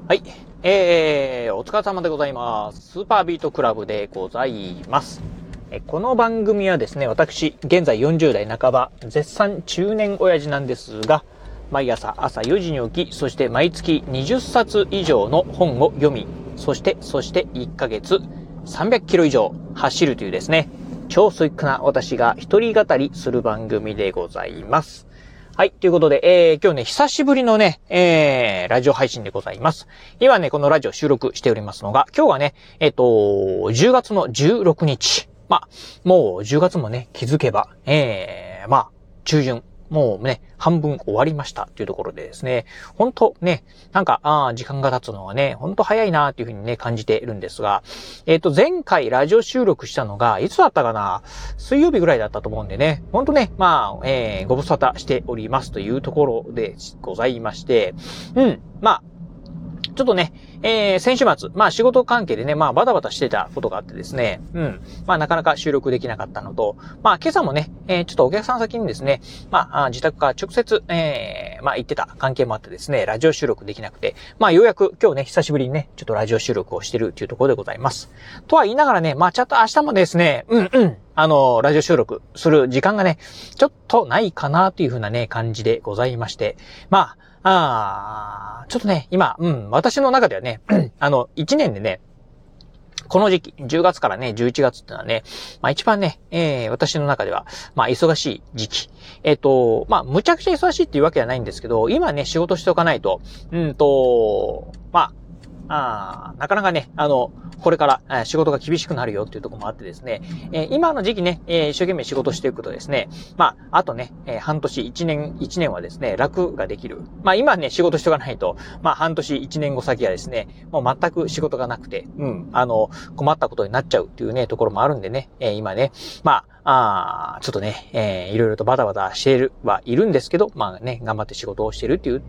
はい。お疲れ様でございます。スーパービートクラブでございます。この番組はですね、私、現在40代半ば、絶賛中年親父なんですが、毎朝4時に起き、そして毎月20冊以上の本を読み、そして1ヶ月300キロ以上走るというですね、超スイックな私が一人語りする番組でございます。はい。ということで、今日ね、久しぶりのね、ラジオ配信でございます。今ね、このラジオ収録しておりますのが、今日はね、10月の16日。もう10月もね、気づけば、中旬。もうね、半分終わりましたというところでですね、ほんとね、時間が経つのがね、ほんと早いなというふうにね、感じているんですが、前回ラジオ収録したのが、いつだったかな、水曜日ぐらいだったと思うんでね、ほんとね、ご無沙汰しておりますというところでございまして、ちょっとね、先週末、仕事関係でね、バタバタしてたことがあってですね、なかなか収録できなかったのと、今朝もね、ちょっとお客さん先にですね、自宅から直接、行ってた関係もあってですね、ラジオ収録できなくて、ようやく今日ね、久しぶりにね、ちょっとラジオ収録をしてるっていうところでございます。とは言いながらね、ちょっと明日もですね、ラジオ収録する時間がね、ちょっとないかなというふうなね、感じでございまして、ちょっとね、今、私の中ではね、1年でね、この時期、10月からね、11月ってのはね、一番ね、私の中では、忙しい時期。むちゃくちゃ忙しいっていうわけではないんですけど、今ね、仕事しておかないと、なかなかね、これから仕事が厳しくなるよっていうところもあってですね、今の時期ね、一生懸命仕事していくとですね、あとね、半年、1年はですね、楽ができる。今ね、仕事しておかないと、半年、1年後先はですね、もう全く仕事がなくて、困ったことになっちゃうっていうね、ところもあるんでね、今ね、ちょっとね、いろいろとバタバタしてはいるんですけど、頑張って仕事をしているっていう、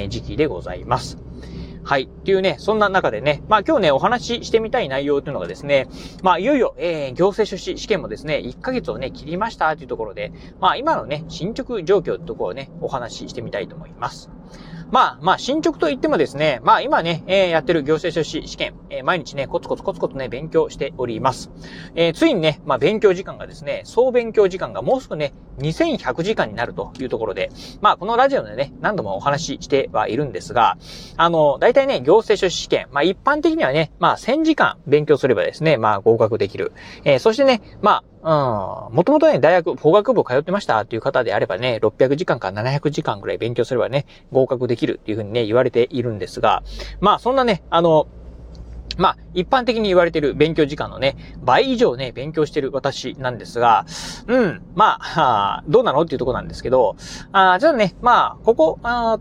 時期でございます。はい。っていうね、そんな中でね、今日ね、お話ししてみたい内容というのがですね、いよいよ、行政書士試験もですね、1ヶ月をね、切りましたというところで、今のね、進捗状況というところをね、お話ししてみたいと思います。進捗といってもですね、今ね、やってる行政書士試験、毎日ね、コツコツね、勉強しております。ついにね、勉強時間がですね、総勉強時間がもうすぐね、2100時間になるというところで、このラジオでね、何度もお話ししてはいるんですが、大体ね、行政書士試験、一般的にはね、1000時間勉強すればですね、合格できる。そしてね、もともとね、大学、法学部通ってましたっていう方であればね、600時間から700時間くらい勉強すればね、合格できるっていうふうにね、言われているんですが、そんなね、一般的に言われている勉強時間のね、倍以上ね、勉強している私なんですが、どうなのっていうところなんですけど、じゃあね、ここ、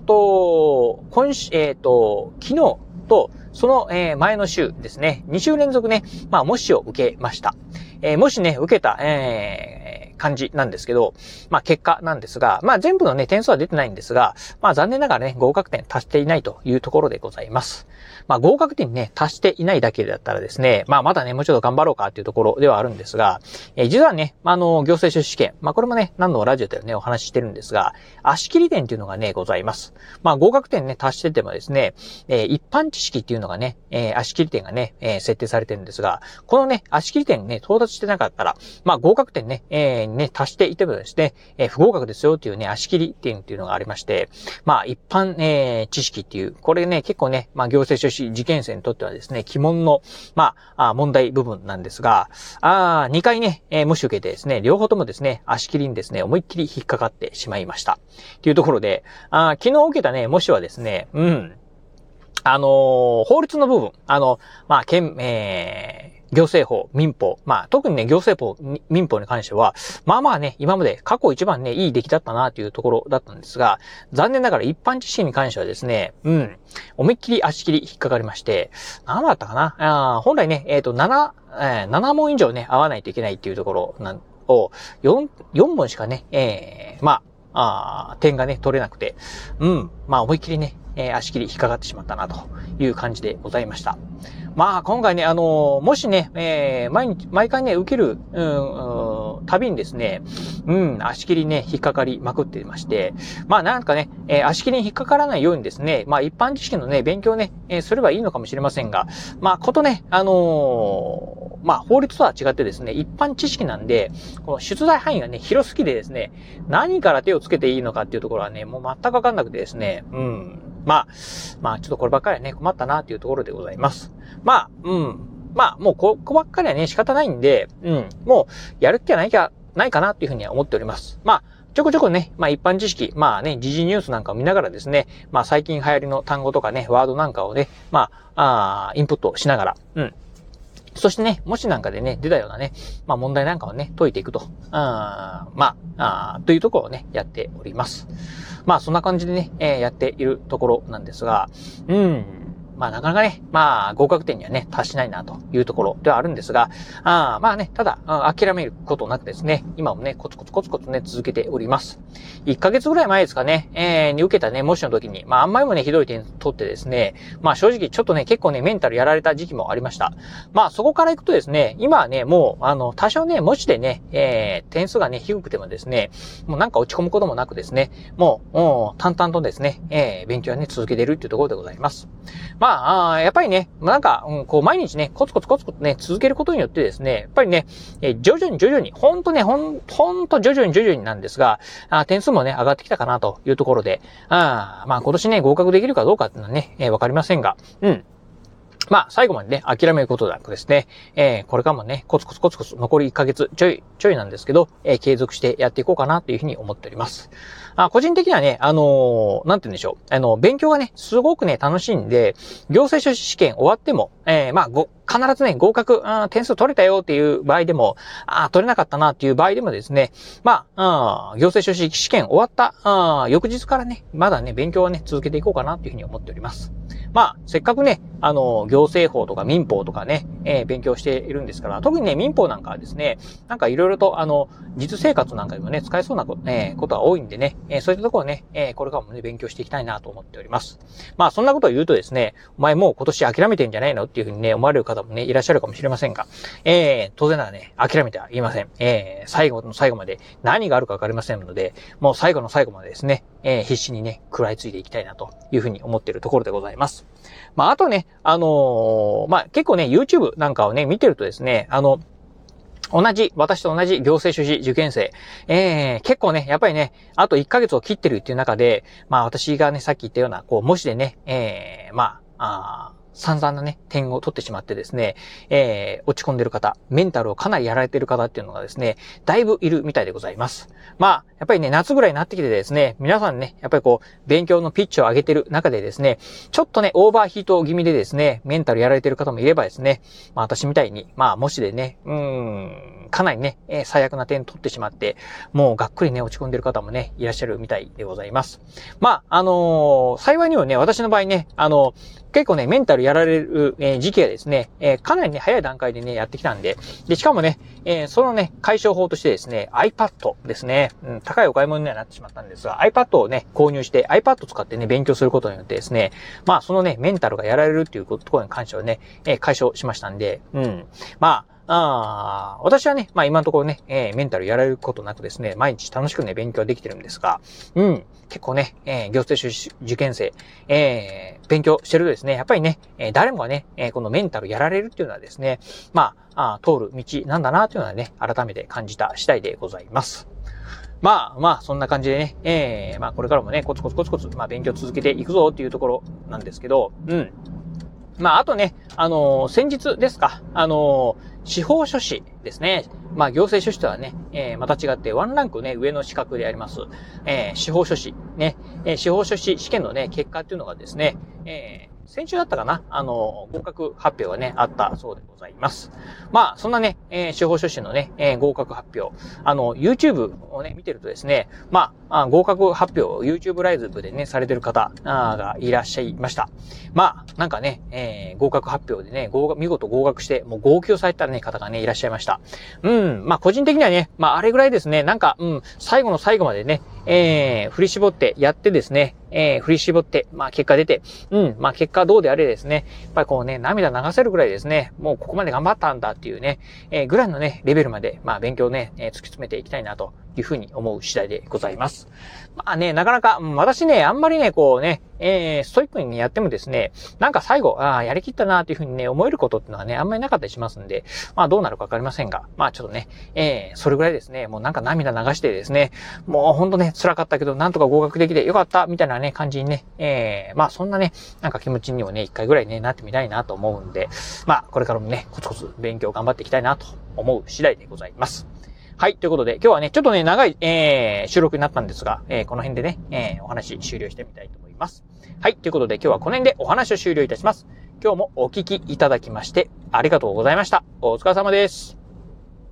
昨日と、その、前の週ですね、2週連続ね、模試を受けました。模試ね、受けた、感じなんですけど、結果なんですが、全部のね、点数は出てないんですが、残念ながらね、合格点達していないというところでございます。合格点にね、達していないだけだったらですね、まだね、もうちょっと頑張ろうかっていうところではあるんですが、実はね、行政書士試験、これもね、何度もラジオでね、お話ししてるんですが、足切り点っていうのがね、ございます。合格点ね、達しててもですね、一般知識っていうのがね、足切り点がね、設定されてるんですが、このね、足切り点ね、到達してなかったら、合格点ね、達していてもですね、不合格ですよっていうね、足切り点っていうのがありまして、一般、知識っていう、これね、結構ね、行政書士受験生にとってはですね、鬼門の、問題部分なんですが、2回ね、模試受けてですね、両方ともですね、足切りにですね、思いっきり引っかかってしまいました。っていうところで、昨日受けたね、模試はですね、法律の部分、行政法、民法。特にね、行政法、民法に関しては、ね、今まで過去一番ね、いい出来だったなというところだったんですが、残念ながら一般知識に関してはですね、思いっきり足切り引っかかりまして、何だったかな本来ね、7問以上ね、合わないといけないっていうところを、4問しかね、点がね、取れなくて、思いっきりね、足切り引っかかってしまったなという感じでございました。今回ね、もしね、毎回ね、受ける、 度にですね、足切りね、引っかかりまくっていまして、まあなんかね、足切りに引っかからないようにですね、まあ一般知識のね、勉強をね、すればいいのかもしれませんが、まあことね、まあ法律とは違ってですね、一般知識なんで、この出題範囲がね、広すぎてですね、何から手をつけていいのかっていうところはね、もう全くわかんなくてですね、まあちょっとこればっかりはね、困ったなっていうところでございます。まあ、もうここばっかりはね、仕方ないんで、もう、やるっきゃないかなっていうふうには思っております。まあ、ちょこちょこね、まあ一般知識、まあね、時事ニュースなんかを見ながらですね、まあ最近流行りの単語とかね、ワードなんかをね、まあ、インプットしながら、そしてね、もしなんかでね、出たようなね、まあ問題なんかをね、解いていくと。というところをね、やっております。まあそんな感じでね、やっているところなんですが、まあなかなかね、まあ合格点にはね、達しないなというところではあるんですが、まあね、ただ、諦めることなくですね、今もね、コツコツね、続けております。1ヶ月ぐらい前ですかね、に受けたね、模試の時に、まああんまりもね、ひどい点取ってですね、まあ正直ちょっとね、結構ね、メンタルやられた時期もありました。まあそこから行くとですね、今はね、もう、多少ね、模試でね、点数がね、低くてもですね、もうなんか落ち込むこともなくですね、もう、淡々とですね、勉強はね、続けているっていうところでございます。まあ、やっぱりね、なんか、こう、毎日ね、コツコツね、続けることによってですね、やっぱりね、徐々に、ほんと徐々になんですが、点数もね、上がってきたかなというところで、まあ、今年ね、合格できるかどうかっていうのはね、わかりませんが、まあ、最後までね、諦めることなくですね、これからもね、コツコツ、残り1ヶ月ちょいなんですけど、継続してやっていこうかなというふうに思っております。個人的にはね、なんて言うんでしょう。勉強がね、すごくね、楽しいんで、行政書士試験終わっても、まあ、必ずね、合格、点数取れたよっていう場合でも、取れなかったなっていう場合でもですね、まあ、行政書士試験終わった、翌日からね、まだね、勉強はね、続けていこうかなというふうに思っております。まあ、せっかくね、行政法とか民法とかね、勉強しているんですから、特にね、民法なんかはですね、なんかいろいろと、実生活なんかでもね、使えそうなことが多いんでね、そういったところをね、これからもね、勉強していきたいなと思っております。まあ、そんなことを言うとですね、お前もう今年諦めてんじゃないのっていうふうにね、思われる方もね、いらっしゃるかもしれませんが、当然ならね、諦めては言いません。最後の最後まで何があるかわかりませんので、もう最後の最後までですね、必死にね、食らいついていきたいなというふうに思っているところでございます。まあ、あとね、まあ、結構ね、YouTube なんかをね、見てるとですね、私と同じ行政書士受験生、結構ね、やっぱりね、あと1ヶ月を切ってるっていう中で、まあ私がね、さっき言ったような、こう、模試でね、散々なね、点を取ってしまってですね、落ち込んでる方、メンタルをかなりやられてる方っていうのがですね、だいぶいるみたいでございます。まあ、やっぱりね、夏ぐらいになってきてですね、皆さんね、やっぱりこう、勉強のピッチを上げてる中でですね、ちょっとね、オーバーヒート気味でですね、メンタルやられてる方もいればですね、まあ私みたいに、まあ模試でね、かなりね、最悪な点取ってしまって、もうがっくりね、落ち込んでる方もね、いらっしゃるみたいでございます。まあ、幸いにはね、私の場合ね、結構ね、メンタルやられる、時期がですね、かなりね、早い段階でね、やってきたんで、しかもね、そのね、解消法としてですね、iPad ですね、高いお買い物にはなってしまったんですが、iPad をね、購入して、iPad 使ってね、勉強することによってですね、まあ、そのね、メンタルがやられるっていうところに関してはね、解消しましたんで、まあ、私はね、まあ今のところね、メンタルやられることなくですね、毎日楽しくね、勉強できてるんですが、結構ね、行政書士受験生、勉強してるとですね、やっぱりね、誰もがね、このメンタルやられるっていうのはですね、まあ、通る道なんだなというのはね、改めて感じた次第でございます。まあ、そんな感じでね、まあこれからもね、コツコツ、まあ勉強続けていくぞっていうところなんですけど、まあ、あとね、先日ですか、司法書士ですね。まあ、行政書士とはね、また違ってワンランクね、上の資格であります、司法書士、ね、司法書士試験のね、結果っていうのがですね、先週だったかな合格発表がね、あったそうでございます。まあ、そんなね、司法書士のね、合格発表。YouTube をね、見てるとですね、まあ、合格発表を YouTube ライブでね、されてる方がいらっしゃいました。まあ、なんかね、合格発表でね、見事合格して、もう号泣されたね、方がね、いらっしゃいました。まあ、個人的にはね、まあ、あれぐらいですね、なんか、最後の最後までね、振り絞ってやってですね、 振り絞って、まあ結果出て、まあ結果どうであれですね、やっぱりこうね、涙流せるぐらいですね、もうここまで頑張ったんだっていうね、ぐらいのね、レベルまで、まあ勉強ね、突き詰めていきたいなというふうに思う次第でございます。まあね、なかなか、私ね、あんまりね、こうね、ストイックにやってもですね、なんか最後、やりきったなというふうにね、思えることっていうのはね、あんまりなかったりしますんで、まあどうなるかわかりませんが、まあちょっとね、それぐらいですね、もうなんか涙流してですね、もうほんとね、辛かったけど、なんとか合格できてよかった、みたいなね、感じにね、まあそんなね、なんか気持ちにもね、一回ぐらいね、なってみたいなと思うんで、まあこれからもね、コツコツ勉強頑張っていきたいなと思う次第でございます。はい。ということで、今日はね、ちょっとね、長い、収録になったんですが、この辺でね、お話終了してみたいと思います。はい。ということで、今日はこの辺でお話を終了いたします。今日もお聞きいただきまして、ありがとうございました。お疲れ様です。